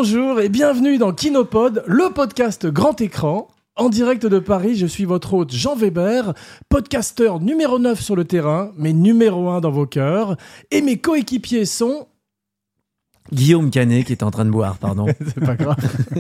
Bonjour et bienvenue dans Kinopod, le podcast grand écran. En direct de Paris, je suis votre hôte Jean Weber, podcasteur numéro 9 sur le terrain, mais numéro 1 dans vos cœurs. Et mes coéquipiers sont... Guillaume Canet qui est en train de boire, pardon. C'est pas grave.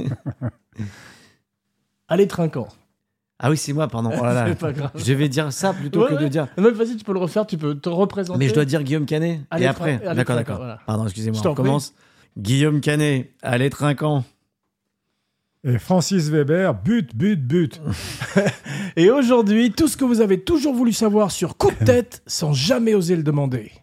Allez, trinquant. Ah oui, c'est moi, pardon. Oh là là. C'est pas grave. Je vais dire ça plutôt que de dire... Non, vas-y, tu peux le refaire, tu peux te représenter. Mais je dois dire Guillaume Canet Allez, et après. D'accord. Voilà. Pardon, excusez-moi, Je t'en on commence. Guillaume Canet, allez, trinquant. Et Francis Weber, but. Et aujourd'hui, tout ce que vous avez toujours voulu savoir sur Coup de tête sans jamais oser le demander.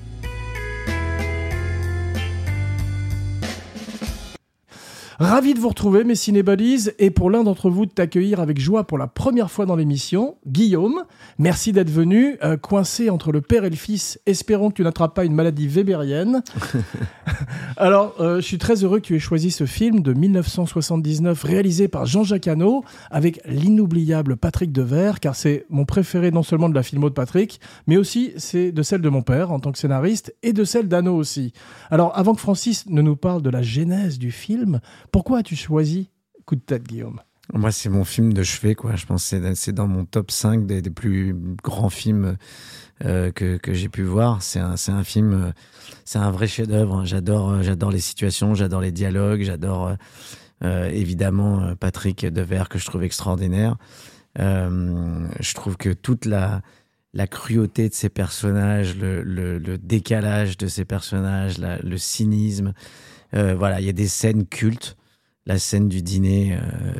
Ravi de vous retrouver, mes cinébuddies, et pour l'un d'entre vous de t'accueillir avec joie pour la première fois dans l'émission. Guillaume, merci d'être venu, coincé entre le père et le fils. Espérons que tu n'attrapes pas une maladie weberienne. Alors, je suis très heureux que tu aies choisi ce film de 1979, réalisé par Jean-Jacques Hano, avec l'inoubliable Patrick Devers, car c'est mon préféré non seulement de la filmo de Patrick, mais aussi c'est de celle de mon père en tant que scénariste, et de celle d'Hano aussi. Alors, avant que Francis ne nous parle de la genèse du film, pourquoi as-tu choisi Coup de tête, Guillaume ? Moi, c'est mon film de chevet, quoi. Je pense que c'est dans mon top 5 des plus grands films que j'ai pu voir. C'est un film, c'est un vrai chef-d'œuvre. J'adore les situations, j'adore les dialogues, j'adore évidemment Patrick Devers que je trouve extraordinaire. Je trouve que toute la cruauté de ces personnages, le décalage de ces personnages, le cynisme. Voilà, il y a des scènes cultes. La scène du dîner,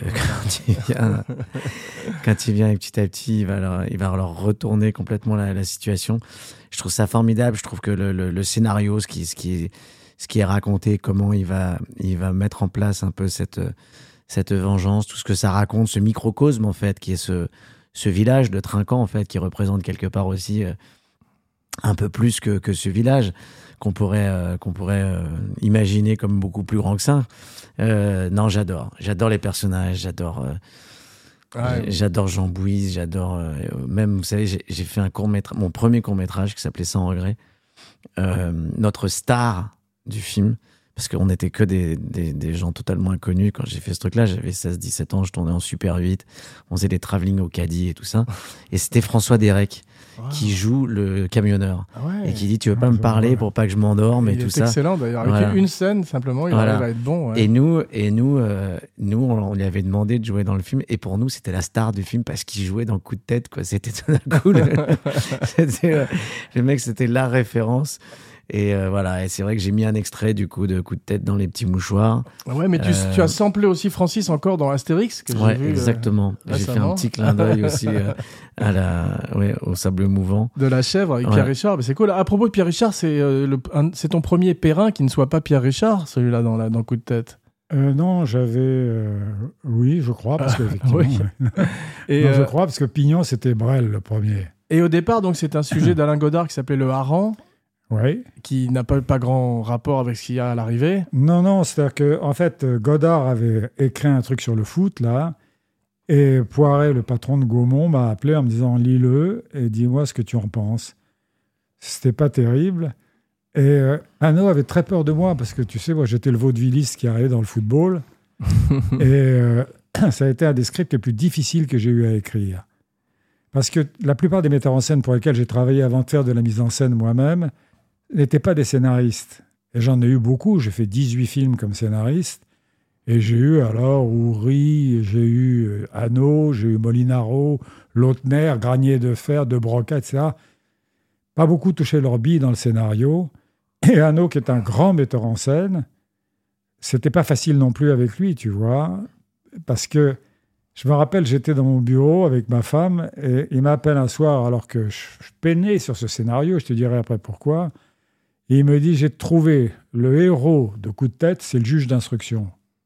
quand il vient et petit à petit, il va leur retourner complètement la situation. Je trouve ça formidable. Je trouve que le scénario, ce qui est raconté, comment il va mettre en place un peu cette vengeance, tout ce que ça raconte, ce microcosme en fait, qui est ce village de Trinquant en fait, qui représente quelque part aussi un peu plus que ce village qu'on pourrait imaginer comme beaucoup plus grand que ça. Non, j'adore les personnages, j'adore Jean Bouise, même, vous savez, j'ai fait mon premier court-métrage qui s'appelait Sans regret. Notre star du film, parce qu'on n'était que des gens totalement inconnus. Quand j'ai fait ce truc-là, j'avais 16-17 ans, je tournais en Super 8, on faisait des travelling au caddie et tout ça. Et c'était François Derek qui joue le camionneur et qui dit tu veux pas me parler pour pas que je m'endorme et tout ça. Il est excellent d'ailleurs, avec une scène simplement, il arrive à être bon. Ouais. Et nous, on lui avait demandé de jouer dans le film et pour nous c'était la star du film parce qu'il jouait dans Coup de tête, quoi. C'était tout d'un coup le mec, c'était la référence. Et voilà, et c'est vrai que j'ai mis un extrait du coup de Coup de tête dans les petits mouchoirs. Ouais, mais tu as samplé aussi Francis encore dans Astérix que j'ai vu, exactement. J'ai fait un petit clin d'œil aussi au sable mouvant. De la chèvre avec Pierre Richard. Mais c'est cool. À propos de Pierre Richard, c'est ton premier Perrin qui ne soit pas Pierre Richard, celui-là dans Coup de tête. Non, j'avais... oui, je crois, parce qu'effectivement... oui. Et non, je crois, parce que Pignon, c'était Brel, le premier. Et au départ, donc, c'est un sujet d'Alain Godard qui s'appelait Le Hareng. Oui. Qui n'a pas grand rapport avec ce qu'il y a à l'arrivée. Non, c'est-à-dire qu'en fait, Godard avait écrit un truc sur le foot, là, et Poiret, le patron de Gaumont, m'a appelé en me disant « Lis-le et dis-moi ce que tu en penses ». C'était pas terrible. Et Hano avait très peur de moi, parce que tu sais, moi, j'étais le vaudevilliste qui arrivait dans le football, et ça a été un des scripts les plus difficiles que j'ai eu à écrire. Parce que la plupart des metteurs en scène pour lesquels j'ai travaillé avant de faire de la mise en scène moi-même n'étaient pas des scénaristes. Et j'en ai eu beaucoup. J'ai fait 18 films comme scénariste. Et j'ai eu alors Houry, j'ai eu Hano, j'ai eu Molinaro, Lautner, Granier de Fer, De Broca, etc. Pas beaucoup touché leur bille dans le scénario. Et Hano, qui est un grand metteur en scène, c'était pas facile non plus avec lui, tu vois. Parce que je me rappelle, j'étais dans mon bureau avec ma femme et il m'appelle un soir alors que je peinais sur ce scénario. Je te dirai après pourquoi. Et il me dit, j'ai trouvé le héros de Coup de tête, c'est le juge d'instruction.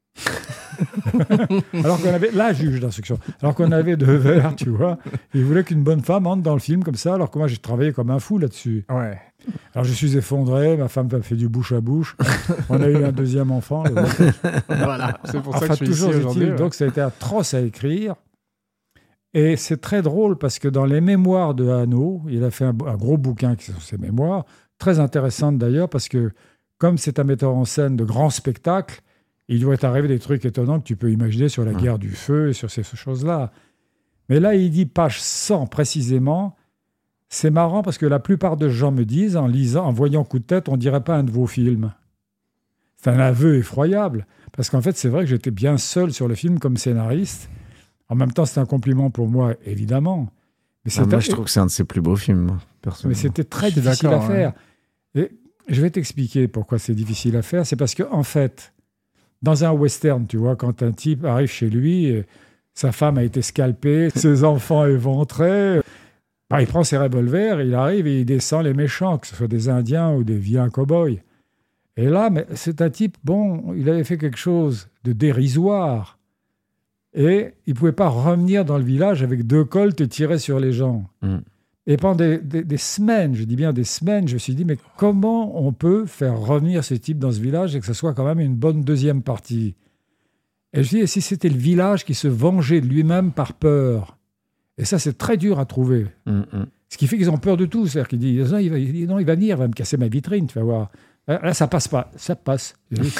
Alors qu'on avait la juge d'instruction. Alors qu'on avait Devers, tu vois. Il voulait qu'une bonne femme entre dans le film comme ça, alors que moi, j'ai travaillé comme un fou là-dessus. Ouais. Alors, je suis effondré, ma femme a fait du bouche à bouche. On a eu un deuxième enfant. Voilà, c'est pour ça que je suis toujours ici aujourd'hui. Ouais. Donc, ça a été atroce à écrire. Et c'est très drôle parce que dans les mémoires de Hano, il a fait un gros bouquin qui sont ses mémoires, très intéressante d'ailleurs, parce que comme c'est un metteur en scène de grands spectacles, Il doit t'arriver des trucs étonnants que tu peux imaginer sur la guerre du feu et sur ces choses-là. Mais là, il dit page 100 précisément. C'est marrant parce que la plupart des gens me disent, en lisant, en voyant Coup de tête, on dirait pas un de vos films. C'est un aveu effroyable. Parce qu'en fait, c'est vrai que j'étais bien seul sur le film comme scénariste. En même temps, c'est un compliment pour moi, évidemment. Mais moi, je trouve que c'est un de ses plus beaux films, personnellement. Mais c'était très difficile à faire. Et je vais t'expliquer pourquoi c'est difficile à faire. C'est parce qu'en fait, dans un western, tu vois, quand un type arrive chez lui, sa femme a été scalpée, ses enfants éventrés, il prend ses revolvers, il arrive et il descend les méchants, que ce soit des Indiens ou des vilains cow-boys. Et là, mais c'est un type, il avait fait quelque chose de dérisoire. Et il ne pouvait pas revenir dans le village avec 2 colts et tirer sur les gens. Et pendant des semaines, je dis bien des semaines, je me suis dit, mais comment on peut faire revenir ce type dans ce village et que ce soit quand même une bonne deuxième partie? Et je me suis dit, et si c'était le village qui se vengeait de lui-même par peur? Et ça, c'est très dur à trouver. Ce qui fait qu'ils ont peur de tout. C'est-à-dire qu'ils disent, non, il va venir, il va me casser ma vitrine, tu vas voir. Là, ça passe pas. Ça passe.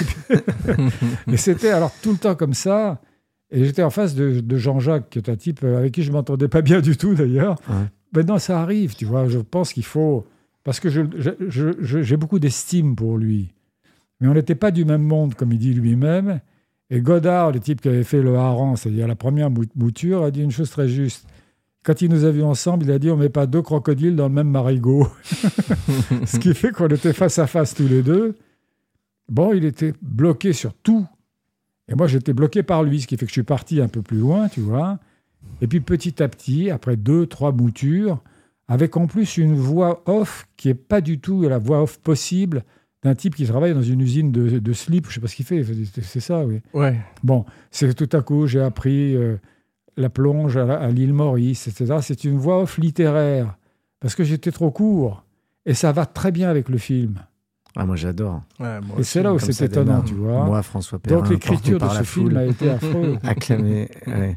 Et c'était alors tout le temps comme ça. Et j'étais en face de Jean-Jacques, qui est un type avec qui je ne m'entendais pas bien du tout, d'ailleurs. Maintenant, ça arrive, tu vois. Je pense qu'il faut... Parce que j'ai beaucoup d'estime pour lui. Mais on n'était pas du même monde, comme il dit lui-même. Et Godard, le type qui avait fait Le Hareng, c'est-à-dire la première mouture, a dit une chose très juste. Quand il nous a vus ensemble, il a dit « on ne met pas 2 crocodiles dans le même marigot ». Ce qui fait qu'on était face à face tous les deux. Il était bloqué sur tout. Et moi, j'étais bloqué par lui, ce qui fait que je suis parti un peu plus loin, tu vois. Et puis, petit à petit, après 2, 3 moutures, avec en plus une voix off qui n'est pas du tout la voix off possible d'un type qui travaille dans une usine de slip. Je ne sais pas ce qu'il fait. C'est ça, oui. Ouais. C'est tout à coup, j'ai appris la plonge à l'île Maurice, etc. C'est une voix off littéraire, parce que j'étais trop court. Et ça va très bien avec le film. Ah, moi, j'adore. Ouais, et c'est là où c'est étonnant, tu vois. Moi, François Perrin, donc l'écriture de ce film a été affreuse. Acclamé,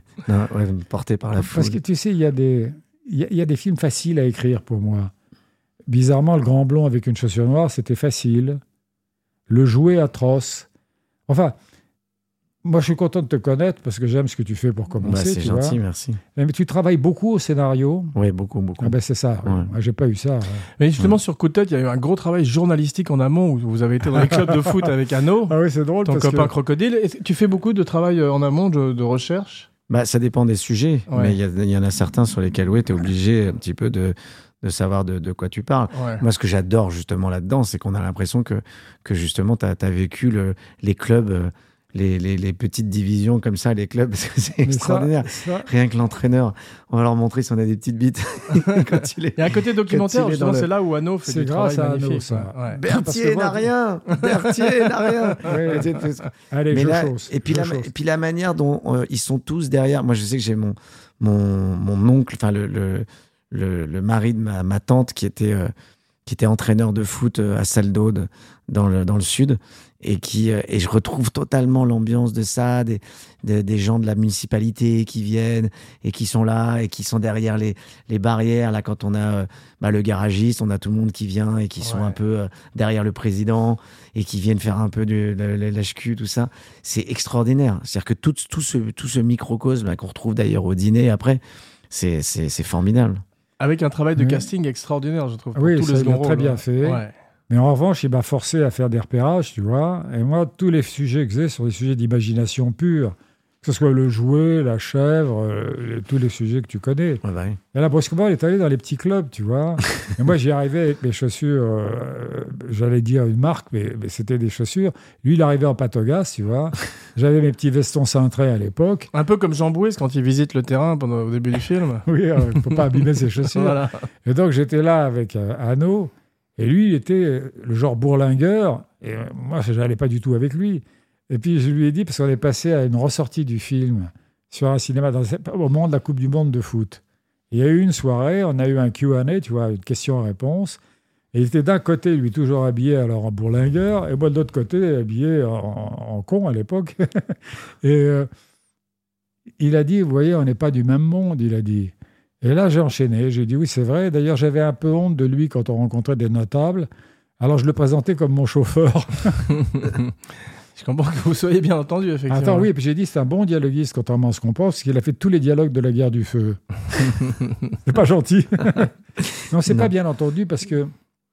porté par la foule. Parce que tu sais, il y a des films faciles à écrire pour moi. Bizarrement, Le Grand Blond avec une chaussure noire, c'était facile. Le Jouet atroce. Enfin, moi, je suis content de te connaître parce que j'aime ce que tu fais pour commencer. C'est gentil, merci. Mais tu travailles beaucoup au scénario. Oui, beaucoup. C'est ça. Ouais. Moi, j'ai pas eu ça. Ouais. Mais justement, sur Coup de tête, il y a eu un gros travail journalistique en amont où vous avez été dans les clubs de foot avec Anno. Ah oui, c'est drôle. Ton copain crocodile. Et tu fais beaucoup de travail en amont de recherche? Ça dépend des sujets. Mais il y en a certains sur lesquels, tu es obligé un petit peu de savoir de quoi tu parles. Ouais. Moi, ce que j'adore justement là-dedans, c'est qu'on a l'impression que justement, tu as vécu les clubs... Les petites divisions comme ça, les clubs, parce que c'est extraordinaire. Rien que l'entraîneur, on va leur montrer si on a des petites bites. Il y a un côté documentaire, justement, c'est là où Anno fait du travail magnifique. Ça. Berthier n'a rien. Allez, et puis la manière dont ils sont tous derrière. Moi, je sais que j'ai mon oncle, enfin le mari de ma tante qui était entraîneur de foot à Salle d'Aude dans le sud. Et je retrouve totalement l'ambiance de ça, des gens de la municipalité qui viennent et qui sont là et qui sont derrière les barrières. Là, quand on a le garagiste, on a tout le monde qui vient et qui sont un peu derrière le président et qui viennent faire un peu de l'HQ, tout ça. C'est extraordinaire. C'est-à-dire que tout ce microcosme qu'on retrouve d'ailleurs au dîner après, c'est formidable. Avec un travail de casting extraordinaire, je trouve. Oui, ça il a très bien fait. Ouais. Mais en revanche, il m'a forcé à faire des repérages, tu vois. Et moi, tous les sujets que j'ai sont des sujets d'imagination pure. Que ce soit le jouet, la chèvre, tous les sujets que tu connais. Et là, brusquement, il est allé dans les petits clubs, tu vois. Et moi, j'y arrivais avec mes chaussures, j'allais dire une marque, mais c'était des chaussures. Lui, il arrivait en patogas, tu vois. J'avais mes petits vestons cintrés à l'époque. Un peu comme Jean Bouès quand il visite le terrain au début du film. Oui, il ne faut pas abîmer ses chaussures. Voilà. Et donc, j'étais là avec Anno. Et lui, il était le genre bourlingueur. Et moi, je n'allais pas du tout avec lui. Et puis, je lui ai dit, parce qu'on est passé à une ressortie du film sur un cinéma au moment de la Coupe du Monde de foot. Il y a eu une soirée, on a eu un Q&A, tu vois, une question-réponse. Et il était d'un côté, lui, toujours habillé alors en bourlingueur, et moi, de l'autre côté, habillé en con à l'époque. Et il a dit, vous voyez, on n'est pas du même monde, il a dit. Et là, j'ai enchaîné. J'ai dit, oui, c'est vrai. D'ailleurs, j'avais un peu honte de lui quand on rencontrait des notables. Alors, je le présentais comme mon chauffeur. Je comprends que vous soyez bien entendu, effectivement. Attends, oui, puis j'ai dit c'est un bon dialoguiste, contrairement à ce qu'on pense, parce qu'il a fait tous les dialogues de la guerre du feu. C'est pas gentil. Non, c'est pas bien entendu parce que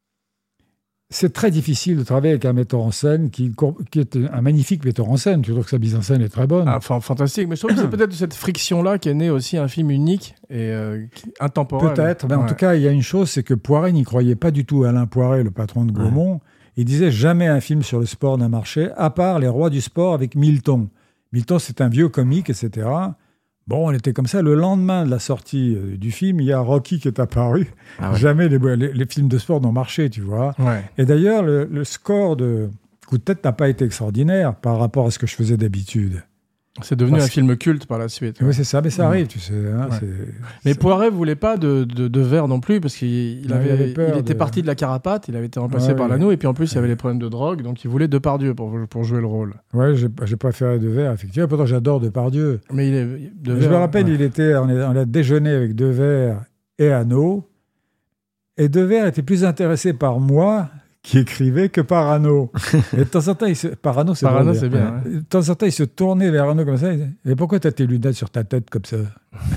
c'est très difficile de travailler avec un metteur en scène qui est un magnifique metteur en scène. Tu trouves que sa mise en scène est très bonne. Enfin, fantastique. Mais je trouve que c'est peut-être de cette friction-là qu'est né aussi un film unique et intemporel. Peut-être. Mais en tout cas, il y a une chose, c'est que Poiret n'y croyait pas du tout. Alain Poiret, le patron de Gaumont, il disait jamais un film sur le sport n'a marché, à part Les Rois du sport avec Milton. Milton, c'est un vieux comique, etc. Bon, on était comme ça. Le lendemain de la sortie du film, il y a Rocky qui est apparu. Ah ouais. Jamais les films de sport n'ont marché, tu vois. Ouais. Et d'ailleurs, le score de Coup de tête n'a pas été extraordinaire par rapport à ce que je faisais d'habitude. C'est devenu un film culte par la suite. Oui, c'est ça, mais ça arrive, tu sais. Hein, mais Poiret ne voulait pas de verre non plus, parce qu'il était parti de la Carapate, il avait été remplacé par l'anneau, et puis en plus, il y avait les problèmes de drogue, donc il voulait Depardieu pour jouer le rôle. Oui, j'ai préféré de verre, effectivement. Pourtant, j'adore Depardieu. Mais je me rappelle, on a déjeuné avec Devers et Hano, et Devers était plus intéressé par moi qui écrivait que par Hano. Et de temps en temps, par Hano, c'est bien. De temps en temps, il se tournait vers Hano comme ça. Il disait, et pourquoi tu as tes lunettes sur ta tête comme ça?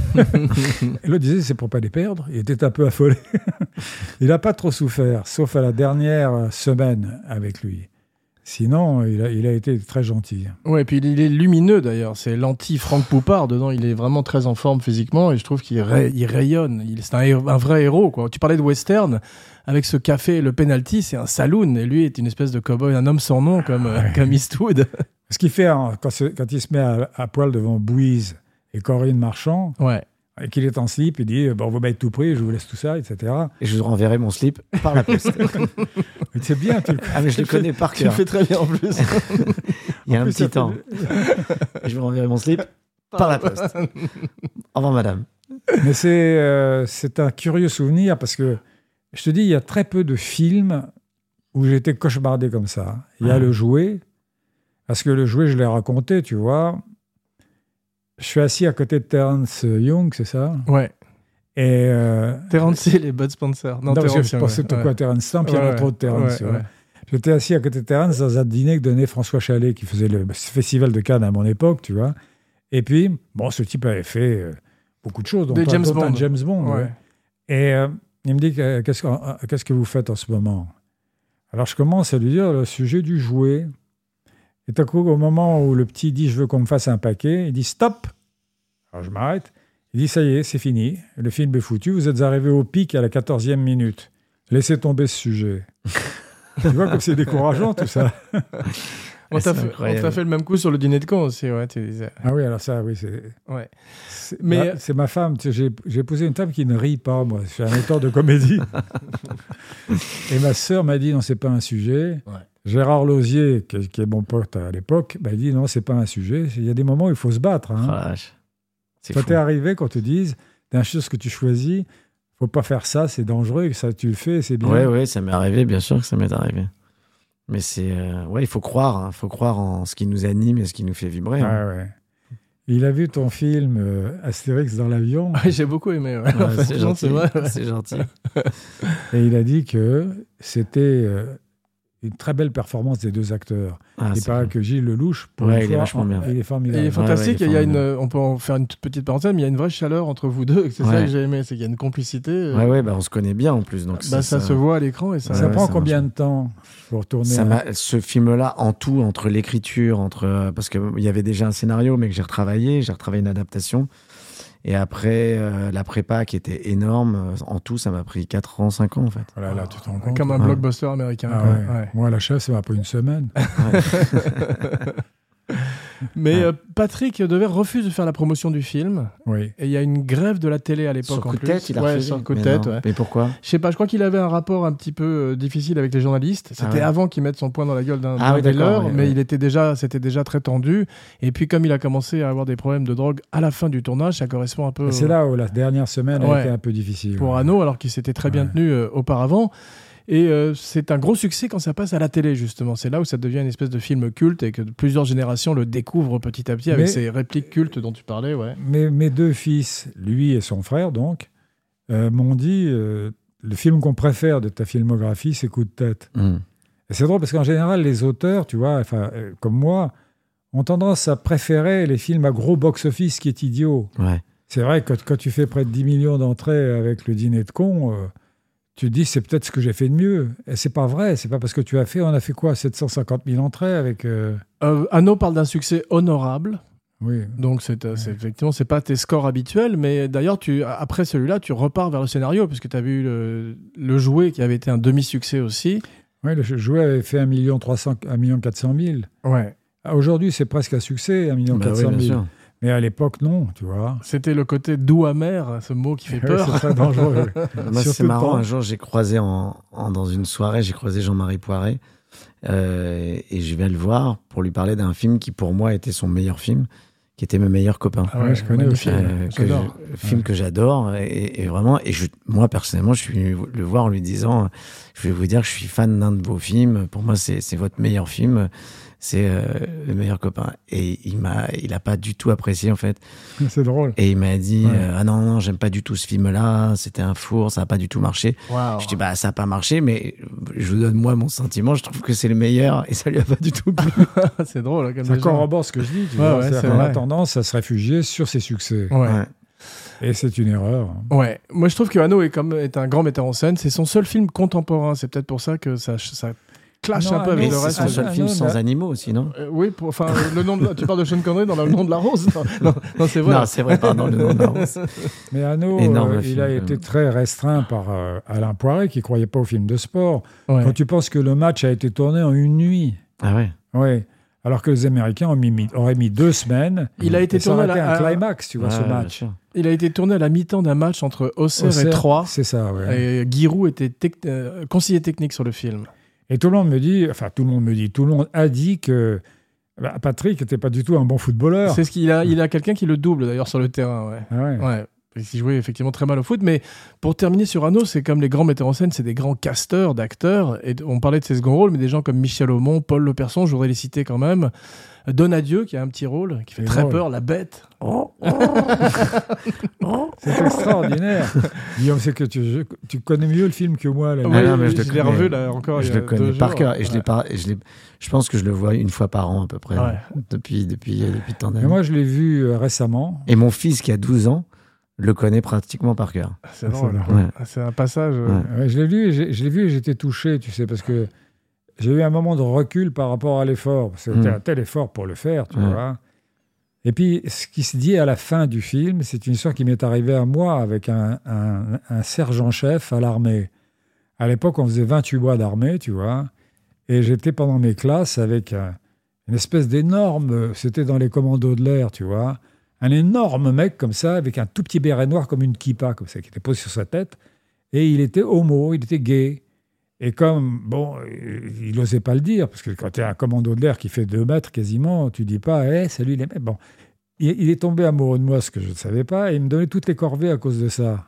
Et l'autre disait, c'est pour pas les perdre. Il était un peu affolé. Il n'a pas trop souffert, sauf à la dernière semaine avec lui. Sinon, il a été très gentil. Oui, et puis il est lumineux d'ailleurs. C'est l'anti-Franck Poupard. Dedans, il est vraiment très en forme physiquement et je trouve qu'il rayonne. C'est un vrai héros, quoi. Tu parlais de western. Avec ce café, le penalty, c'est un saloon. Et lui est une espèce de cow-boy, un homme sans nom comme Eastwood. Ce qu'il fait quand il se met à poil devant Bouise et Corinne Marchand, et qu'il est en slip, il dit on va mettre tout prix, je vous laisse tout ça, etc. Et je vous renverrai mon slip par la poste. Mais c'est bien, je le connais par cœur. Tu le fais très bien en plus. Il y a un petit temps. Je vous renverrai mon slip par la poste. Au revoir, madame. Mais c'est un curieux souvenir parce que je te dis, il y a très peu de films où j'ai été cauchemardé comme ça. Il y a Le Jouet, parce que Le Jouet, je l'ai raconté, tu vois. Je suis assis à côté de Terence Young, c'est ça? Ouais. Et Terence, c'est les Bud Spencer. Non, parce que je pensais quoi, Terence Stamp, il y en a trop de Terence. J'étais assis à côté de Terence dans un dîner que donnait François Chalet, qui faisait le festival de Cannes à mon époque, tu vois. Et puis, ce type avait fait beaucoup de choses. Des James Bond. James Bond, ouais. Et il me dit, qu'est-ce que vous faites en ce moment? Alors, je commence à lui dire le sujet du jouet. Et tout à coup, au moment où le petit dit « je veux qu'on me fasse un paquet », il dit « stop ». Alors, je m'arrête. Il dit « ça y est, c'est fini. Le film est foutu. Vous êtes arrivé au pic à la 14e minute. Laissez tomber ce sujet. » Tu vois comme c'est décourageant, tout ça. On t'a fait le même coup sur le dîner de con aussi, ouais, tu disais. Ah oui, alors ça, oui, c'est ma femme. Tu sais, j'ai épousé une femme qui ne rit pas, moi. Je suis un auteur de comédie. Et ma sœur m'a dit, non, c'est pas un sujet. Ouais. Gérard Lausier, qui est mon pote à l'époque, m'a dit, non, c'est pas un sujet. Il y a des moments où il faut se battre. Hein. Ça t'est arrivé qu'on te dise, d'un chose que tu choisis, faut pas faire ça, c'est dangereux, ça tu le fais, c'est bien. Oui, ça m'est arrivé, bien sûr que ça m'est arrivé. Mais il faut croire en ce qui nous anime et ce qui nous fait vibrer. Ah, ouais. Il a vu ton film Astérix dans l'avion. Oui, j'ai beaucoup aimé. Ouais. C'est gentil. C'est vrai, c'est gentil. Et il a dit que c'était une très belle performance des deux acteurs. Il paraît que Gilles Lelouch, il est vachement bien. Il est formidable. Il est fantastique. On peut en faire une toute petite parenthèse, mais il y a une vraie chaleur entre vous deux. C'est ça que j'ai aimé, c'est qu'il y a une complicité. On se connaît bien en plus. Donc ça se voit à l'écran. Et ça prend combien de temps pour tourner ce film-là, en tout, entre l'écriture, parce qu'il y avait déjà un scénario, mais que j'ai retravaillé une adaptation. Et après, la prépa qui était énorme, en tout, ça m'a pris 4 ans, 5 ans en fait. Voilà, là, tu te rends compte. Comme un blockbuster américain. Moi, la chasse, ça m'a pris une semaine. Mais Patrick Devers refuse de faire la promotion du film. Oui. Et il y a une grève de la télé à l'époque en plus. Sur coup de tête, il a refusé. Sur coup de tête, Mais pourquoi? Je sais pas, je crois qu'il avait un rapport un petit peu difficile avec les journalistes. C'était avant qu'il mette son poing dans la gueule d'un des leurs, mais c'était déjà très tendu. Et puis comme il a commencé à avoir des problèmes de drogue à la fin du tournage, ça correspond un peu... C'est là où la dernière semaine a été un peu difficile. Pour Hano, alors qu'il s'était très bien tenu auparavant. Et c'est un gros succès quand ça passe à la télé, justement. C'est là où ça devient une espèce de film culte et que plusieurs générations le découvrent petit à petit avec ces répliques cultes dont tu parlais. Ouais. Mais mes deux fils, lui et son frère, donc, m'ont dit le film qu'on préfère de ta filmographie, c'est Coup de tête. Et c'est drôle parce qu'en général, les auteurs, tu vois, comme moi, ont tendance à préférer les films à gros box-office, qui est idiot. Ouais. C'est vrai que quand tu fais près de 10 millions d'entrées avec Le Dîner de con, tu te dis c'est peut-être ce que j'ai fait de mieux. Et c'est pas vrai, c'est pas parce que on a fait quoi, 750 000 entrées avec... Anno parle d'un succès honorable. Oui. Donc effectivement, c'est pas tes scores habituels, mais d'ailleurs, après celui-là, tu repars vers le scénario, puisque tu as vu le Jouet qui avait été un demi-succès aussi. Oui, le Jouet avait fait 1 400 000. Ouais. Aujourd'hui, c'est presque un succès, 1 400 000. Sûr. Mais à l'époque, non, tu vois. C'était le côté doux amer, ce mot qui fait peur. C'est très dangereux. Moi, c'est marrant, un jour, j'ai croisé dans une soirée, j'ai croisé Jean-Marie Poiret, et je vais le voir pour lui parler d'un film qui, pour moi, était son meilleur film, qui était Mes meilleurs copains. Ah ouais, je connais aussi. Film que j'adore, et vraiment, moi, personnellement, je suis venu le voir en lui disant, je vais vous dire que je suis fan d'un de vos films, pour moi, c'est votre meilleur film, c'est Le meilleur copain. Et il a pas du tout apprécié, en fait. C'est drôle. Et il m'a dit, ah non, j'aime pas du tout ce film-là, c'était un four, ça a pas du tout marché. Wow. Je dis, ça a pas marché, mais je vous donne moi mon sentiment, je trouve que c'est le meilleur, et ça lui a pas du tout plu. C'est drôle. Comme ça corrobore ce que je dis, tu vois. On a tendance à se réfugier sur ses succès. Ouais. Et c'est une erreur. Ouais. Moi, je trouve que Hanno est un grand metteur en scène. C'est son seul film contemporain. C'est peut-être pour ça que ça clash un peu avec le reste. C'est son seul film sans animaux aussi, non? Oui, le nom tu parles de Sean Connery dans Le Nom de la Rose? Non, c'est vrai. Non, c'est vrai, pardon, Le Nom de la Rose. Mais Hanno, il a été très restreint par Alain Poiret, qui ne croyait pas au film de sport. Ouais. Quand tu penses que le match a été tourné en une nuit. Ah ouais? Oui. Alors que les Américains auraient mis 2 semaines. Il a été tourné un climax, tu vois, ce match. Il a été tourné à la mi-temps d'un match entre Auxerre et Troyes. C'est ça, oui. Et Giroud était conseiller technique sur le film. Et tout le monde a dit que Patrick n'était pas du tout un bon footballeur. C'est ce qu'il a. Il a quelqu'un qui le double d'ailleurs sur le terrain. Ouais. Ah ouais. Ouais. Il jouait effectivement très mal au foot. Mais pour terminer sur Hanno, c'est comme les grands metteurs en scène, c'est des grands casteurs d'acteurs. Et on parlait de ses seconds rôles, mais des gens comme Michel Aumont, Paul Leperson, je voudrais les citer quand même. Donadieu, qui a un petit rôle, qui fait très peur, la bête. C'est extraordinaire. Guillaume, c'est que tu connais mieux le film que moi. Là. Oui, mais je l'ai revu là encore. Je le connais par cœur. Et je pense que je le vois une fois par an à peu près, depuis tant d'années. Mais moi, je l'ai vu récemment. Et mon fils, qui a 12 ans, le connaît pratiquement par cœur. C'est drôle. Ouais. C'est un passage. Ouais, je l'ai vu et j'étais touché, tu sais, parce que j'ai eu un moment de recul par rapport à l'effort. C'était un tel effort pour le faire, tu vois. Et puis, ce qui se dit à la fin du film, c'est une histoire qui m'est arrivée à moi avec un sergent-chef à l'armée. À l'époque, on faisait 28 mois d'armée, tu vois. Et j'étais pendant mes classes avec une espèce d'énorme... C'était dans les commandos de l'air, tu vois. Un énorme mec comme ça, avec un tout petit béret noir comme une kippa, comme ça, qui était posé sur sa tête. Et il était homo, il était gay. Et comme, il n'osait pas le dire, parce que quand tu es un commando de l'air qui fait 2 mètres quasiment, tu dis pas « salut les mecs ». Bon, il est tombé amoureux de moi, ce que je ne savais pas, et il me donnait toutes les corvées à cause de ça.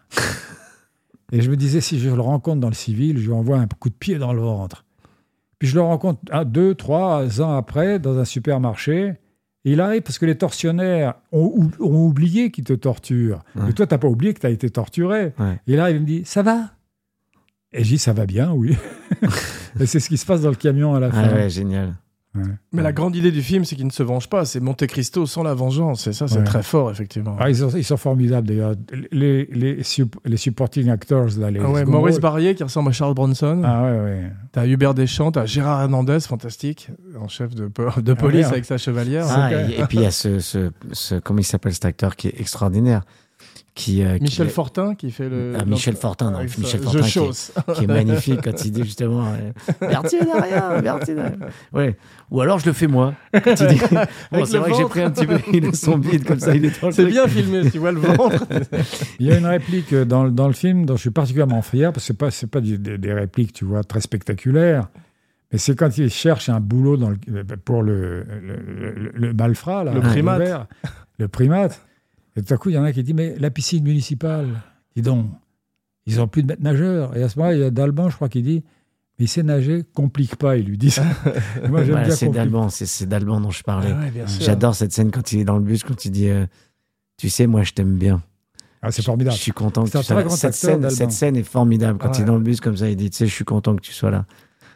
Et je me disais, si je le rencontre dans le civil, je lui envoie un coup de pied dans le ventre. Puis je le rencontre 2, 3 ans après, dans un supermarché. Et il arrive parce que les tortionnaires ont oublié qu'ils te torturent. Ouais. Mais toi, tu n'as pas oublié que tu as été torturé. Ouais. Et là, il me dit « Ça va ?» Et je dis « Ça va bien, oui. » Et c'est ce qui se passe dans le camion à la fin. Ah ouais, génial. Ouais. Mais la grande idée du film, c'est qu'il ne se venge pas. C'est Monte Cristo sans la vengeance. Et ça, c'est très fort, effectivement. Ah, ils sont formidables, d'ailleurs. Les supporting actors, là. Maurice Barrier, qui ressemble à Charles Bronson. Ah ouais. T'as Hubert Deschamps, t'as Gérard Hernandez, fantastique, en chef de police avec sa chevalière. Et puis il y a comment il s'appelle cet acteur qui est extraordinaire. Michel Fortin qui fait le... Michel Fortin qui est magnifique quand il dit justement Berthier derrière, Berthier derrière. Ouais. Ou alors je le fais moi. Quand il dit, c'est vrai que j'ai pris un petit peu, il a son bide comme ça, il est dans le C'est bien filmé, tu vois le ventre. Il y a une réplique dans le film dont je suis particulièrement fier, parce que c'est pas des répliques, tu vois, très spectaculaires, mais c'est quand il cherche un boulot pour le malfrat, là, le primate. Et tout à coup, il y en a qui dit « Mais la piscine municipale, dis donc, ils n'ont plus de maître nageur. » Et à ce moment-là, il y a Dalban, je crois, qui dit « Mais il sait nager, complique pas. » Il lui dit ça. Moi, j'aime bien c'est Dalban dont je parlais. Ah ouais, j'adore cette scène quand il est dans le bus, quand il dit « Tu sais, moi, je t'aime bien. » Ah, c'est formidable. Je suis content que tu sois là. Cette scène est formidable. Quand il est dans le bus, comme ça, il dit « Tu sais, je suis content que tu sois là. »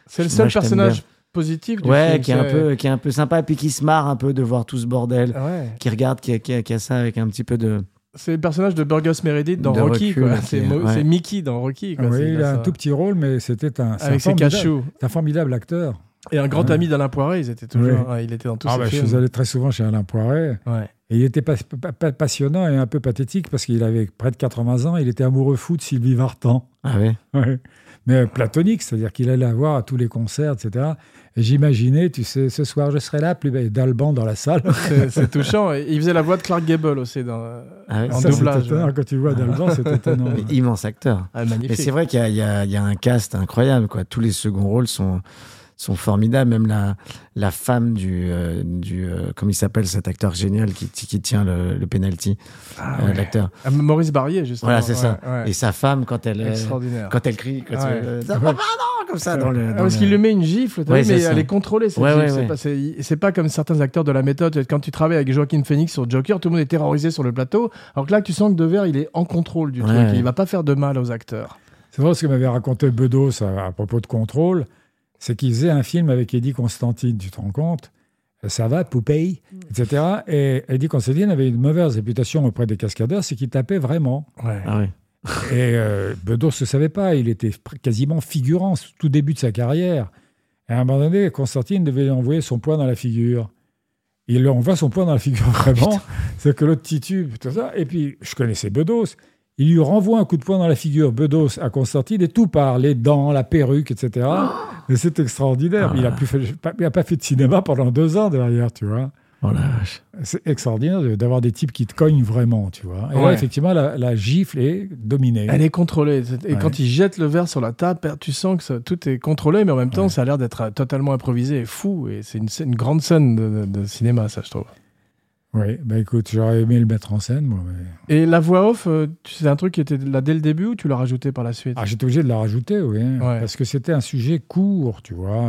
C'est le Moi, seul je t'aime personnage bien. positif du Ouais, film. qui est un peu sympa et puis qui se marre un peu de voir tout ce bordel, Ouais. qui regarde, qui a ça avec un petit peu de. C'est le personnage de Burgos Meredith dans De Rocky. recul, Quoi. ouais. C'est Mickey dans Rocky. Quoi. Oui, C'est- il a un ça. tout petit rôle, mais c'est Avec ses cachous. un formidable acteur. Et un grand Ouais. ami d'Alain Poiret, ils étaient toujours. Oui. Ouais, il était dans tous Ah ses bah, je films. suis allé très souvent chez Alain Poiret. Ouais. Et il était passionnant et un peu pathétique parce qu'il avait près de 80 ans. Il était amoureux fou de Sylvie Vartan. Ah ouais. Ouais. Mais platonique, c'est-à-dire qu'il allait la voir à tous les concerts, etc. Et j'imaginais, tu sais, ce soir je serai là, plus belle d'Alban dans la salle. C'est touchant. Et il faisait la voix de Clark Gable aussi dans, Ah ouais, en Ça, c'est doublage. étonnant. Quand tu vois d'Alban, c'est étonnant. Mais immense acteur. Ah, Mais magnifique. c'est vrai qu'il y a un cast incroyable, quoi. Tous les seconds rôles sont formidables. Même la femme du comment il s'appelle cet acteur génial qui tient le penalty, Ah, ouais. l'acteur. Ah, Maurice Barrier, justement. Voilà, c'est ça. Ouais. Et sa femme quand elle Extraordinaire. crie, quand Ouais. pardon, comme ça dans le. Ah, parce qu'il lui met une gifle, t'as Ouais, vu, c'est mais ça. elle est contrôlée, cette Ouais, gifle. ouais, C'est ouais. pas- c'est pas comme certains acteurs de la méthode. Quand tu travailles avec Joaquin Phoenix sur Joker, tout le monde est terrorisé sur le plateau. Alors que là, tu sens que Devers, il est en contrôle du Ouais, truc. ouais. Il va pas faire de mal aux acteurs. C'est vrai ce que m'avait raconté Bedos à propos de Contrôle, c'est qu'il faisait un film avec Eddie Constantine, tu te rends compte? Ça va, Poupée, etc. Et Eddie Constantine avait une mauvaise réputation auprès des cascadeurs, c'est qu'il tapait vraiment. Ouais. Ah ouais. Et Bedos ne le savait pas, il était quasiment figurant, tout début de sa carrière. Et à un moment donné, Constantine devait lui envoyer son poing dans la figure. Il lui envoie son poing dans la figure vraiment, c'est que l'autre titube, tout ça. Et puis, je connaissais Bedos. Il lui renvoie un coup de poing dans la figure, Bedos, à Constantine, et tout part, les dents, la perruque, etc. Mais c'est extraordinaire. Ah. Il n'a pas fait de cinéma pendant 2 ans derrière, tu vois. Oh la vache. C'est extraordinaire d'avoir des types qui te cognent vraiment, tu vois. Et là, Ouais. effectivement, la gifle est dominée. Elle est contrôlée. Et Ouais. quand il jette le verre sur la table, tu sens que tout est contrôlé, mais en même temps, ça a l'air d'être totalement improvisé et fou. Et c'est une grande scène de cinéma, ça, je trouve. Oui, bah écoute, j'aurais aimé le mettre en scène, moi. Mais... Et la voix off, c'est un truc qui était là dès le début ou tu l'as rajouté par la suite? Ah, j'étais obligé de la rajouter, oui. Ouais. Parce que c'était un sujet court, tu vois.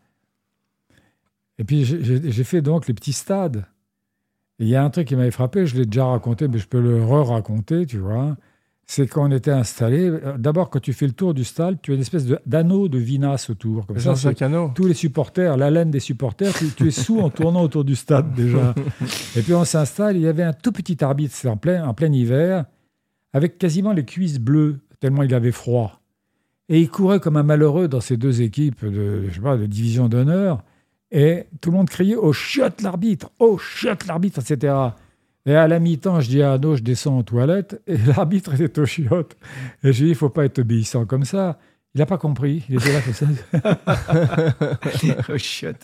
Et puis, j'ai fait donc les petits stades. Et il y a un truc qui m'avait frappé, je l'ai déjà raconté, mais je peux le re-raconter, tu vois. C'est qu'on était installés. D'abord, quand tu fais le tour du stade, tu as une espèce d'anneau de vinasse autour. Comme ça, Jean-Jacques c'est Hano. tous les supporters, la laine des supporters, tu es sous en tournant autour du stade déjà. Et puis on s'installe, il y avait un tout petit arbitre, c'est en plein hiver, avec quasiment les cuisses bleues, tellement il avait froid. Et il courait comme un malheureux dans ces deux équipes de division d'honneur, et tout le monde criait « Oh, chiotte l'arbitre ! Oh, chiotte l'arbitre !» etc. Et à la mi-temps, je dis à Arnaud, je descends aux toilettes, et l'arbitre était au chiotte. Et je lui dis, il ne faut pas être obéissant comme ça. Il n'a pas compris, il était là comme ça. Oh chiotte.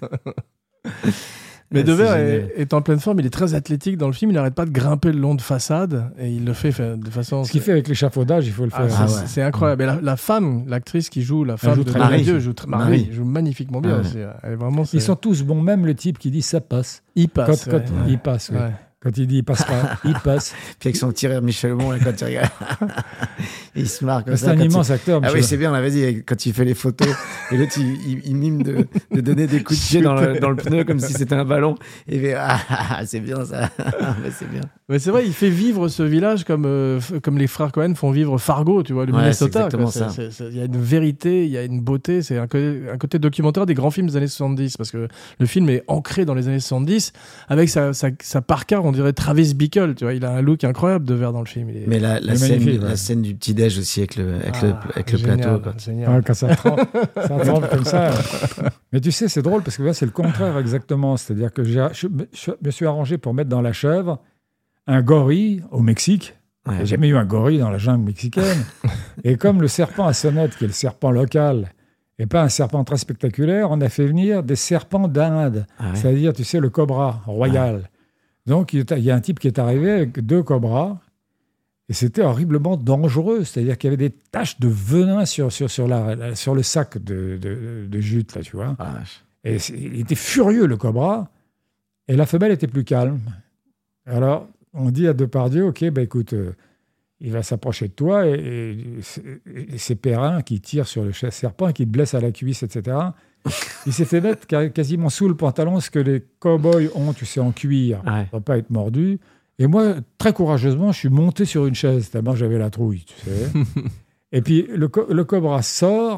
Mais Ah, Devers c'est génial. est en pleine forme, il est très athlétique dans le film, il n'arrête pas de grimper le long de façade, et il le fait de façon... Ce qu'il fait avec l'échafaudage, il faut le Ah, faire. c'est ouais. c'est incroyable. Et la femme, l'actrice qui joue la femme joue de très Marie bien. Dieu, Marie. joue magnifiquement bien Ah ouais. aussi. Elle est vraiment, Ils sont tous bons, même le type qui dit ça passe. il passe. Quand ouais. il passe, oui. Ouais. Quand il dit il passe pas, il passe. Puis avec son tireur Michel Aumont, là, quand tu regardes, il se marre comme C'est ça. un quand immense acteur. Ah Michel. oui, c'est bien, on l'avait dit, quand il fait les photos, et l'autre, il mime de donner des coups de pied dans le pneu comme si c'était un ballon. Et il fait, c'est bien ça. Mais c'est bien. Mais c'est vrai, il fait vivre ce village comme les frères Cohen font vivre Fargo, tu vois, le Ouais, Minnesota. c'est quoi. exactement ça. Il y a une vérité, il y a une beauté, c'est un côté documentaire des grands films des années 70, parce que le film est ancré dans les années 70, avec sa parka, on dirait Travis Bickle, tu vois, il a un look incroyable Devers dans le film. Il est... Mais la magnifique, ouais. scène du petit-déj aussi avec le génial, plateau. Quoi. génial. Ouais, quand ça tremble comme ça. Mais tu sais, c'est drôle parce que là, c'est le contraire exactement. C'est-à-dire que je me suis arrangé pour mettre dans la chèvre un gorille au Mexique. Ouais. J'ai jamais eu un gorille dans la jungle mexicaine. Et comme le serpent à sonnette, qui est le serpent local, et pas un serpent très spectaculaire, on a fait venir des serpents d'Inde. Ah ouais. C'est-à-dire, tu sais, le cobra royal. Donc, il y a un type qui est arrivé avec 2 cobras. Et c'était horriblement dangereux. C'est-à-dire qu'il y avait des taches de venin sur le sac de jute, là, tu vois. Ah, vache. Et il était furieux, le cobra. Et la femelle était plus calme. Alors, on dit à Depardieu, OK, ben écoute, il va s'approcher de toi et c'est Perrin qui tire sur le serpent et qui te blesse à la cuisse, etc. Il s'est fait mettre quasiment sous le pantalon ce que les cow-boys ont, tu sais, en cuir, Ouais. pour ne pas être mordu. Et moi, très courageusement, je suis monté sur une chaise, tellement j'avais la trouille, tu sais. Et puis, le cobra sort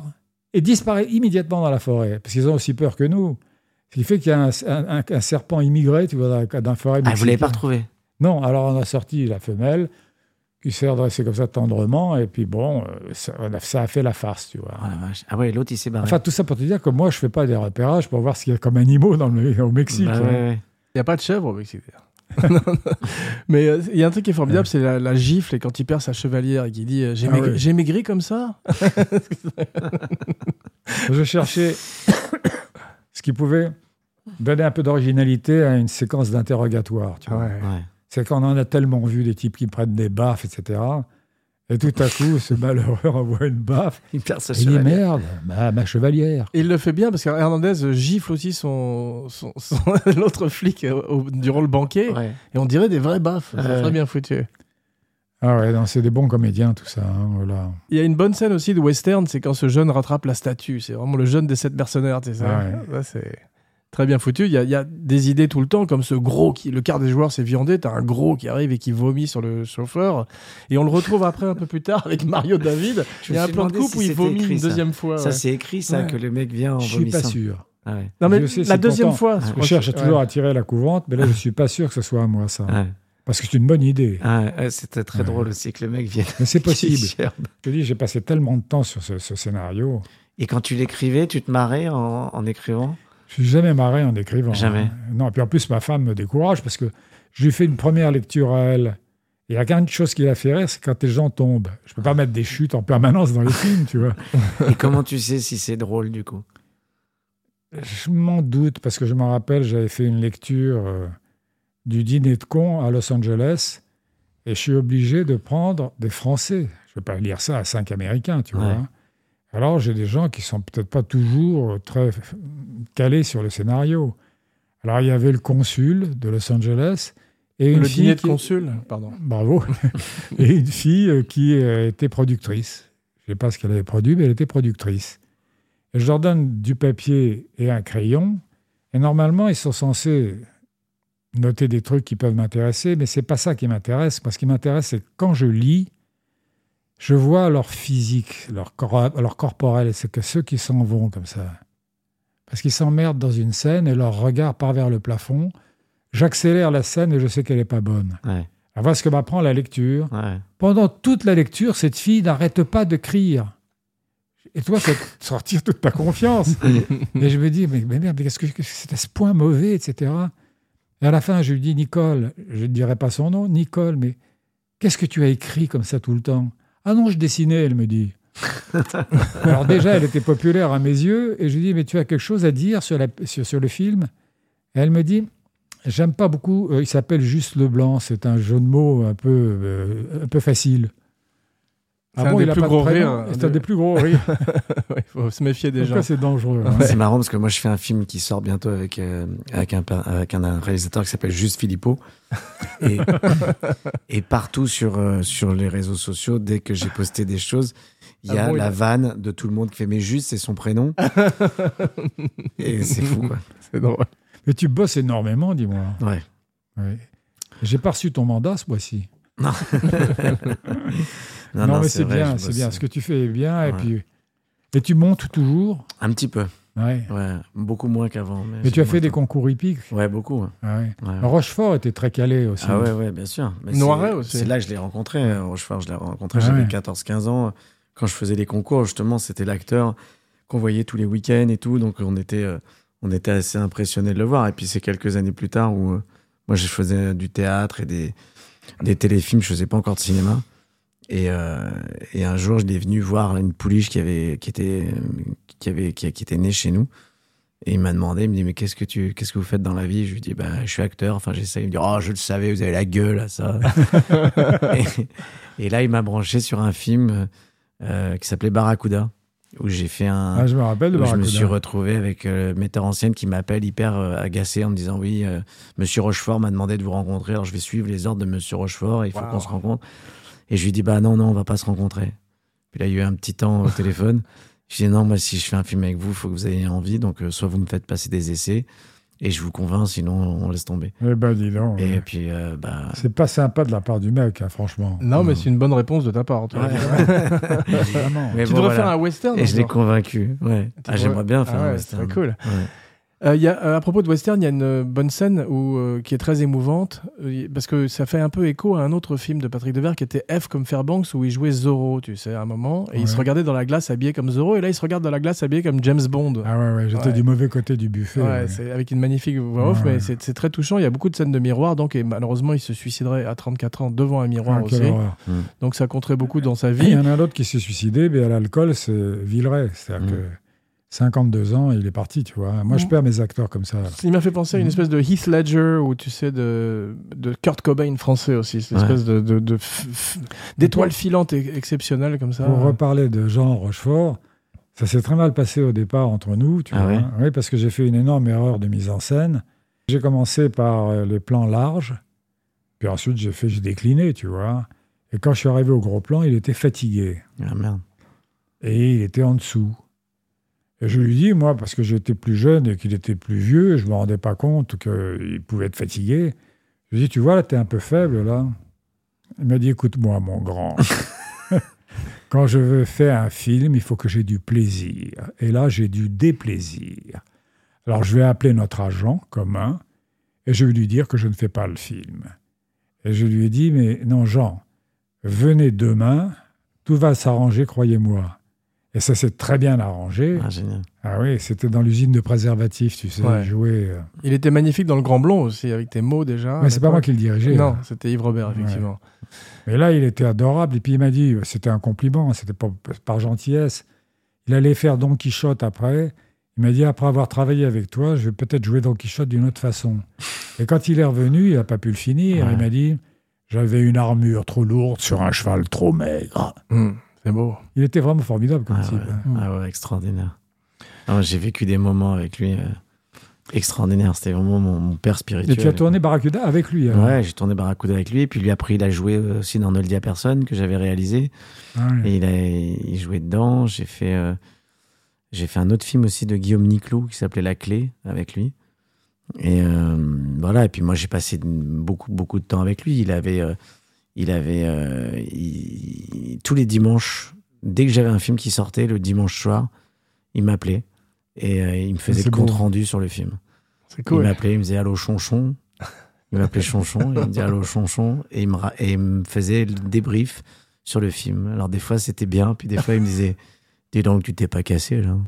et disparaît immédiatement dans la forêt, parce qu'ils ont aussi peur que nous. Ce qui fait qu'il y a un serpent immigré, tu vois, dans la forêt mexicaine. Ah, vous l'avez pas retrouvé? Non, alors on a sorti la femelle, qui s'est redressée comme ça tendrement, et puis bon, ça a fait la farce, tu vois. Oh, la vache. Ah ouais, l'autre, il s'est barré. Enfin, tout ça pour te dire que moi, je fais pas des repérages pour voir ce qu'il y a comme animaux au Mexique. Bah, hein. ouais. Il n'y a pas de chèvre au Mexique. Mais il y a un truc qui est formidable, c'est la gifle, et quand il perd sa chevalière et qu'il dit j'ai maigri comme ça. Je cherchais ce qui pouvait donner un peu d'originalité à une séquence d'interrogatoire. Tu vois. Ouais. Ouais. C'est qu'on en a tellement vu des types qui prennent des baffes, etc. Et tout à coup, ce malheureux envoie une baffe. Il perd sa Et il dit chevalière. merde, ma chevalière. Et il le fait bien parce qu'Hernandez gifle aussi l'autre flic durant le banquet, Ouais. et on dirait des vrais baffes. C'est Ouais. très bien foutu. Ah ouais, non, c'est des bons comédiens, tout ça. Hein, voilà. Il y a une bonne scène aussi de western, c'est quand ce jeune rattrape la statue. C'est vraiment le jeune des 7 mercenaires, tu sais ça. Ouais. Ça, c'est très bien foutu. Il y a des idées tout le temps, comme ce gros le quart des joueurs s'est viandé. T'as un gros qui arrive et qui vomit sur le chauffeur. Et on le retrouve après un peu plus tard avec Mario David. Je Il y a me un suis plan de demandé coupe si où il c'était vomit écrit, une ça. deuxième fois. Ça, ouais. c'est écrit, ça, Ouais. que le mec vient en Je suis pas vomissant. sûr. Ah ouais. Non, mais Je sais, la c'est deuxième pourtant- fois. Je crois cherche que- toujours à tirer la courante, mais là, je suis pas sûr que ce soit à moi, ça. Ouais. Parce que c'est une bonne idée. Ah, ouais, c'était très Ouais. drôle aussi que le mec vienne. Mais c'est possible. Gerbe. Je te dis, j'ai passé tellement de temps sur ce scénario. Et quand tu l'écrivais, tu te marrais en écrivant? Je suis jamais marré en écrivant. Jamais. Hein. Non, puis en plus, ma femme me décourage parce que je lui fais une première lecture à elle. Et il y a qu'une chose qui la fait rire, c'est quand les gens tombent. Je peux pas mettre des chutes en permanence dans les films, tu vois. Et comment tu sais si c'est drôle, du coup? Je m'en doute parce que je m'en rappelle, j'avais fait une lecture du dîner de cons à Los Angeles et je suis obligé de prendre des Français. Je ne vais pas lire ça à 5 Américains, tu Ouais. vois. Alors, j'ai des gens qui sont peut-être pas toujours très calés sur le scénario. Alors, il y avait le consul de Los Angeles et une Le fille dîner de qui... consul, pardon. Bravo. Et une fille qui était productrice. Je ne sais pas ce qu'elle avait produit, mais elle était productrice. Et je leur donne du papier et un crayon. Et normalement, ils sont censés noter des trucs qui peuvent m'intéresser, mais c'est pas ça qui m'intéresse. Moi, ce qui m'intéresse, c'est que quand je lis, je vois leur physique, leur corporel. C'est que ceux qui s'en vont comme ça. Parce qu'ils s'emmerdent dans une scène et leur regard part vers le plafond. J'accélère la scène et je sais qu'elle n'est pas bonne. Ouais. Alors, voilà ce que m'apprend la lecture. Ouais. Pendant toute la lecture, cette fille n'arrête pas de crier. Et toi, ça te sortir toute ta confiance. Et je me dis, mais merde, mais qu'est-ce que c'est à ce point mauvais, etc. Et à la fin, je lui dis, Nicole, je ne dirai pas son nom, Nicole, mais qu'est-ce que tu as écrit comme ça tout le temps? Ah non, je dessinais, elle me dit. Alors déjà, elle était populaire à mes yeux, et je lui dis, mais tu as quelque chose à dire sur le film? Et elle me dit, j'aime pas beaucoup, il s'appelle Juste Leblanc, c'est un jeu de mots un peu facile. C'est un des il a plus pas de gros prénom. rires. C'est un des plus gros rires. Il faut se méfier des Donc gens. là, c'est dangereux. Hein. C'est marrant parce que moi, je fais un film qui sort bientôt avec un réalisateur qui s'appelle Juste Philippot. Et partout sur les réseaux sociaux, dès que j'ai posté des choses, il y a la vanne de tout le monde qui fait « Mais Juste, c'est son prénom ». Et c'est fou, quoi. C'est drôle. Mais tu bosses énormément, dis-moi. Ouais. Ouais. J'ai pas reçu ton mandat ce mois-ci. Non, mais c'est vrai, bien, je c'est bosse. bien. Ce que tu fais est bien. Ouais. Et tu montes toujours. Un petit peu. Ouais. Ouais, beaucoup moins qu'avant. Mais tu as fait des concours hippiques. Ouais, beaucoup. Ouais. Ouais. Ouais. Rochefort était très calé aussi. Ah ouais, bien sûr. Mais Noiret aussi. C'est là que je l'ai rencontré, Rochefort. Je l'ai rencontré, Ah j'avais ouais. 14-15 ans. Quand je faisais les concours, justement, c'était l'acteur qu'on voyait tous les week-ends et tout. Donc, on était assez impressionnés de le voir. Et puis, c'est quelques années plus tard où moi, je faisais du théâtre et des téléfilms. Je faisais pas encore de cinéma. Et un jour, je l'ai venu voir une pouliche qui était née chez nous. Et il m'a demandé, il me dit, mais qu'est-ce que vous faites dans la vie? Je lui dis, je suis acteur. Enfin, j'essaie. Il me dit, oh, je le savais, vous avez la gueule à ça. et là, il m'a branché sur un film qui s'appelait Barracuda, où j'ai fait je me rappelle de où je Barracuda. me suis retrouvé avec le metteur en scène qui m'appelle hyper agacé en me disant, oui, Monsieur Rochefort m'a demandé de vous rencontrer. Alors, je vais suivre les ordres de Monsieur Rochefort. Il faut qu'on se rencontre. Et je lui dis, non, on va pas se rencontrer. Puis là, il y a eu un petit temps au téléphone. Je lui dis, non, moi, si je fais un film avec vous, il faut que vous ayez envie. Donc, soit vous me faites passer des essais, Et je vous convainc, sinon on laisse tomber. Eh ben, dis donc. Et puis, C'est pas sympa de la part du mec, hein, franchement. Non, mais c'est une bonne réponse de ta part. Toi. Évidemment. Mais Tu bon, devrais voilà. faire un western. Et je l'ai encore. convaincu. Ouais. J'aimerais bien faire un c'est western. très cool. Ouais. À propos de western, il y a une bonne scène qui est très émouvante, parce que ça fait un peu écho à un autre film de Patrick Devers qui était F comme Fairbanks, où il jouait Zorro, tu sais, à un moment, et il se regardait dans la glace habillé comme Zorro, et là il se regarde dans la glace habillé comme James Bond. Ah ouais, j'étais du mauvais côté du buffet. Ouais, c'est avec une magnifique voix off, mais c'est très touchant. Il y a beaucoup de scènes de miroir, donc, et malheureusement il se suiciderait à 34 ans devant un miroir aussi. Donc ça compterait beaucoup dans sa vie. Il y en a un autre qui s'est suicidé, mais à l'alcool, c'est Villeray. C'est-à-dire que 52 ans, il est parti, tu vois. Moi, je perds mes acteurs comme ça. Il m'a fait penser à une espèce de Heath Ledger ou tu sais de Kurt Cobain français aussi, cette espèce d'étoile filante exceptionnelle comme ça. Pour reparler de Jean Rochefort, ça s'est très mal passé au départ entre nous, tu vois. Ouais. Oui, parce que j'ai fait une énorme erreur de mise en scène. J'ai commencé par les plans larges, puis ensuite j'ai décliné, tu vois. Et quand je suis arrivé au gros plan, il était fatigué. Ah merde. Et il était en dessous. Et je lui dis, moi, parce que j'étais plus jeune et qu'il était plus vieux, je ne me rendais pas compte qu'il pouvait être fatigué. Je lui dis, tu vois, là, tu es un peu faible, là. Il m'a dit, écoute-moi, mon grand. Quand je veux faire un film, il faut que j'ai du plaisir. Et là, j'ai du déplaisir. Alors, je vais appeler notre agent commun et je vais lui dire que je ne fais pas le film. Et je lui ai dit, mais non, Jean, venez demain, tout va s'arranger, croyez-moi. Et ça s'est très bien arrangé. Ah, génial. Ah oui, c'était dans l'usine de préservatifs, tu sais, Ouais. jouer. Il était magnifique dans Le Grand Blond aussi, avec tes mots déjà. Mais c'est pas moi qui le dirigeais. Non, là. c'était Yves Robert, effectivement. Ouais. Mais là, il était adorable. Et puis il m'a dit, c'était un compliment, c'était pas par gentillesse. Il allait faire Don Quichotte après. Il m'a dit, après avoir travaillé avec toi, je vais peut-être jouer Don Quichotte d'une autre façon. Et quand il est revenu, il n'a pas pu le finir. Ouais. Il m'a dit, j'avais une armure trop lourde sur un cheval trop maigre. C'est beau. Il était vraiment formidable comme type. Ah ouais, extraordinaire. Ah, j'ai vécu des moments avec lui extraordinaires. C'était vraiment mon père spirituel. Et tu as tourné Barracuda avec lui alors. Ouais, j'ai tourné Barracuda avec lui. Et puis lui, après, il a joué aussi dans Ne le dis à personne, que j'avais réalisé. Ouais. Et il jouait dedans. J'ai fait un autre film aussi de Guillaume Niclou qui s'appelait La Clé avec lui. Et voilà. Et puis moi, j'ai passé beaucoup de temps avec lui. Tous les dimanches, dès que j'avais un film qui sortait, le dimanche soir, il m'appelait et il me faisait le compte rendu sur le film. C'est cool. Il m'appelait, il me disait allô Chonchon. Il m'appelait Chonchon, il me disait allô Chonchon et il me faisait le débrief sur le film. Alors des fois c'était bien, puis des fois il me disait dis donc tu t'es pas cassé là.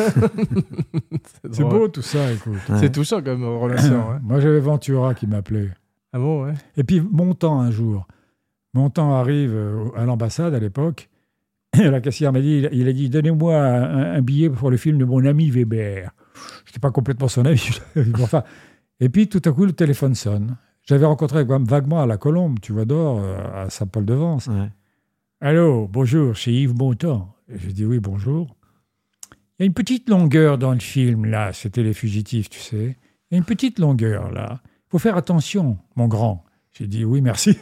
C'est beau tout ça, écoute. Ouais. C'est touchant comme relation. Ouais. Moi j'avais Ventura qui m'appelait. Ah bon, ouais. Et puis Montand un jour. Montand arrive à l'ambassade à l'époque. Et la caissière m'a dit, il a dit, donnez-moi un billet pour le film de mon ami Weber. Je n'étais pas complètement son ami. Enfin, et puis tout à coup le téléphone sonne. J'avais rencontré vaguement à la Colombe, tu vois, d'or, à Saint-Paul-de-Vence. Ouais. Allô, bonjour, c'est Yves Montand. Je dis oui, bonjour. Il y a une petite longueur dans le film, là. C'était Les Fugitifs, tu sais. Il y a une petite longueur, là. Il faut faire attention, mon grand. J'ai dit oui, merci.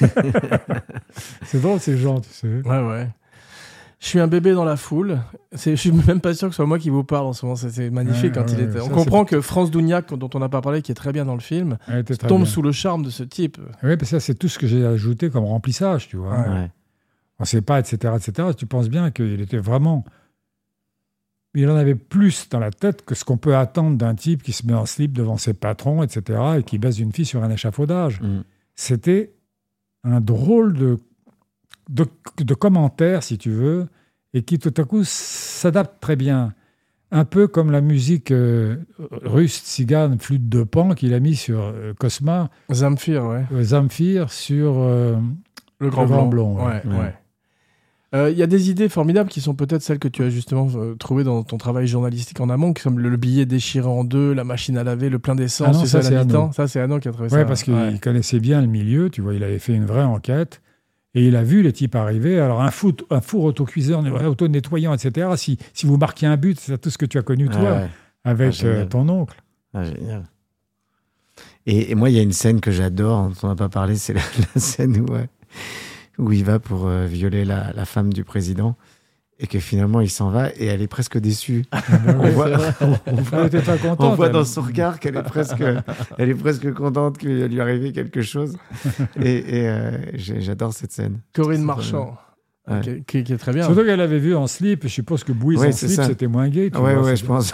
C'est drôle, ces gens, tu sais. Ouais. Je suis un bébé dans la foule. Je suis même pas sûr que ce soit moi qui vous parle en ce moment. C'est magnifique quand il était. On comprend que France Dougnac, dont on n'a pas parlé, qui est très bien dans le film, tombe sous le charme de ce type. Oui, parce que ça, c'est tout ce que j'ai ajouté comme remplissage, tu vois. Ouais. On ne sait pas, etc., etc. Tu penses bien qu'il était vraiment... Il en avait plus dans la tête que ce qu'on peut attendre d'un type qui se met en slip devant ses patrons, etc., et qui baise une fille sur un échafaudage. C'était un drôle de commentaire, si tu veux, et qui tout à coup s'adapte très bien. Un peu comme la musique russe, tzigane, flûte de Pan qu'il a mis sur Cosma. Zamfir, ouais. Zamfir sur Le Grand Blond. Ouais. Il y a des idées formidables qui sont peut-être celles que tu as justement trouvées dans ton travail journalistique en amont, comme le billet déchiré en deux, la machine à laver, le plein d'essence, non, ça, c'est Hanno. Ça, c'est Hanno qui a trouvé ça. Oui, parce qu'il connaissait bien le milieu, tu vois, il avait fait une vraie enquête, et il a vu les types arriver. Alors, un four autocuiseur, auto-nettoyant, etc., si vous marquiez un but, c'est tout ce que tu as connu, toi, avec ton oncle. Ah, génial. Et moi, il y a une scène que j'adore, dont on n'a pas parlé, c'est la scène où il va pour violer la femme du président. et que finalement il s'en va et elle est presque déçue. Elle était pas contente. On voit dans son regard qu'elle est presque contente qu'il lui arrive quelque chose. Et j'adore cette scène. Corinne Marchand. Ouais. Qui est très bien. Surtout qu'elle avait vu en slip, je suppose que Bouise en slip, c'était moins gay. Ouais, je pense.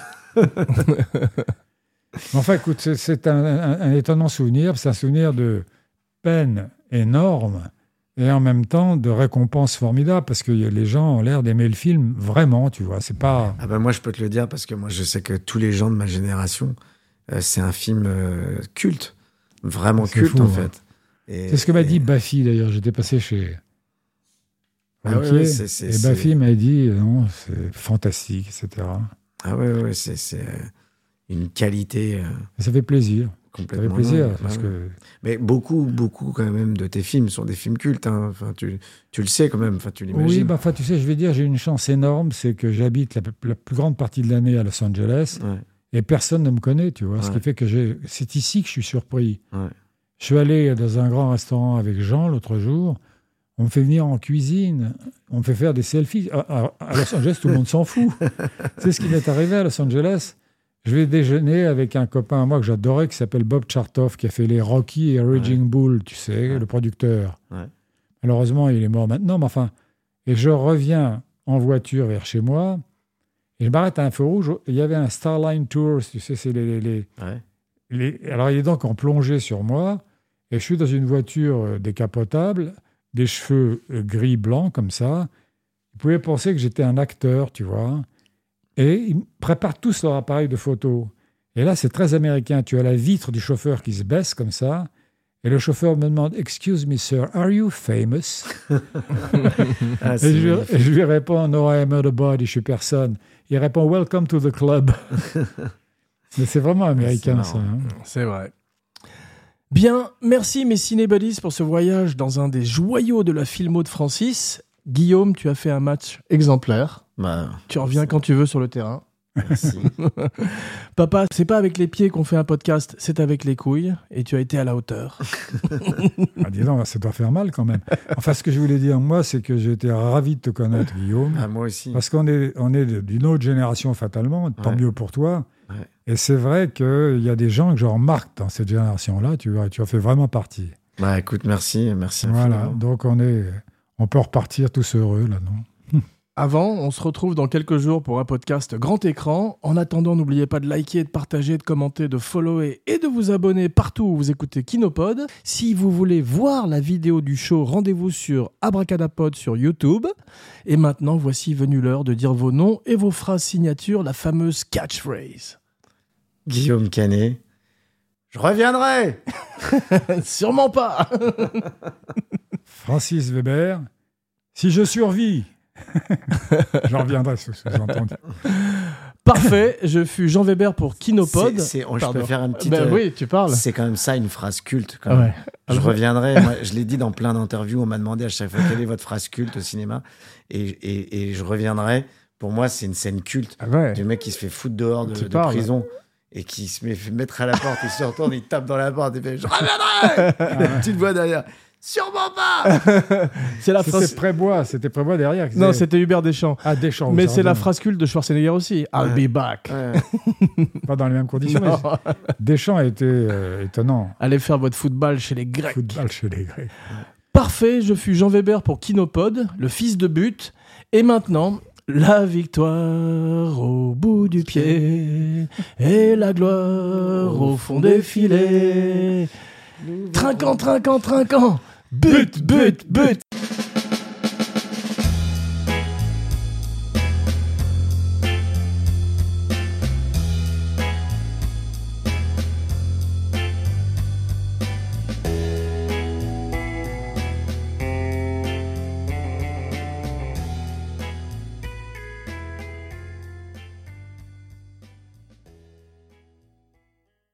Enfin, écoute, c'est un étonnant souvenir. C'est un souvenir de peine énorme et en même temps de récompense formidable parce que les gens ont l'air d'aimer le film vraiment, tu vois. C'est pas... Ah ben moi, je peux te le dire parce que moi, je sais que tous les gens de ma génération, c'est un film culte. Vraiment culte, fou, en fait. C'est ce que m'a dit Baffy, d'ailleurs. J'étais passé chez... et Baffy m'a dit non, c'est fantastique, etc. Ah ouais, c'est une qualité. Ça fait plaisir. Complètement. Ça fait plaisir parce que. Mais beaucoup quand même de tes films sont des films cultes. Hein. Enfin, tu le sais quand même. Enfin, tu l'imagines. Oui, tu sais, je vais dire, j'ai une chance énorme, c'est que j'habite la plus grande partie de l'année à Los Angeles et personne ne me connaît, tu vois. Ce qui fait que c'est ici que je suis surpris. Ouais. Je suis allé dans un grand restaurant avec Jean l'autre jour. On me fait venir en cuisine, on me fait faire des selfies. À Los Angeles, tout le monde s'en fout. C'est ce qui m'est arrivé à Los Angeles. Je vais déjeuner avec un copain à moi que j'adorais, qui s'appelle Bob Chartoff, qui a fait les Rocky et Raging Bull, tu sais, le producteur. Ouais. Malheureusement, il est mort maintenant, mais enfin... Et je reviens en voiture vers chez moi, et je m'arrête à un feu rouge. Il y avait un Starline Tours, tu sais, c'est alors, il est donc en plongée sur moi, et je suis dans une voiture décapotable, des cheveux gris-blancs comme ça. Ils pouvaient penser que j'étais un acteur, tu vois. Et ils préparent tous leur appareil de photo. Et là, c'est très américain. Tu as la vitre du chauffeur qui se baisse comme ça. Et le chauffeur me demande « Excuse me, sir, are you famous ?» et je lui réponds « No, I am not a body, je suis personne. » Il répond « Welcome to the club. » Mais c'est vraiment américain, ça. Hein. C'est vrai. Bien, merci mes cinébuddies pour ce voyage dans un des joyaux de la filmo de Francis. Guillaume, tu as fait un match exemplaire. Tu reviens quand tu veux sur le terrain. Merci. Papa, c'est pas avec les pieds qu'on fait un podcast, c'est avec les couilles, et tu as été à la hauteur. Dis donc, ça doit faire mal quand même. Enfin, ce que je voulais dire, moi, c'est que j'étais ravi de te connaître, Guillaume. Ah, moi aussi. Parce qu'on est d'une autre génération, fatalement, tant mieux pour toi. Ouais. Et c'est vrai qu'il y a des gens que je remarque dans cette génération-là, tu as fait vraiment partie. Écoute, merci. Voilà, donc on peut repartir tous heureux, là, non ? Avant, on se retrouve dans quelques jours pour un podcast grand écran. En attendant, n'oubliez pas de liker, de partager, de commenter, de follower et de vous abonner partout où vous écoutez Kinopod. Si vous voulez voir la vidéo du show, rendez-vous sur Abracadapod sur YouTube. Et maintenant, voici venue l'heure de dire vos noms et vos phrases signatures, la fameuse catchphrase. Guillaume Canet. Je reviendrai. Sûrement pas. Francis Weber. Si je survis. J'en reviendrai sur ce sous-entendu. Parfait, je fus Jean Weber pour Kinopod. Je peux faire un petit... oui, tu parles. C'est quand même ça, une phrase culte. Quand même. Je reviendrai. Moi, je l'ai dit dans plein d'interviews. On m'a demandé à chaque fois quelle est votre phrase culte au cinéma. Et je reviendrai. Pour moi, c'est une scène culte du mec qui se fait foutre dehors de prison et qui se fait mettre à la porte. Il se retourne, il tape dans la porte et fait « Je reviendrai !» Une petite voix derrière. Sûrement pas. C'était Prébois derrière. Non, c'était Hubert Deschamps. Ah, Deschamps. Mais c'est la phrase culte de Schwarzenegger aussi. I'll be back. Pas dans les mêmes conditions. Mais Deschamps a été étonnant. Allez faire votre football chez les Grecs. Parfait, je fus Jean Weber pour Kinopod, le fils de but. Et maintenant, la victoire au bout du pied et la gloire au fond des filets. Trinquant, but.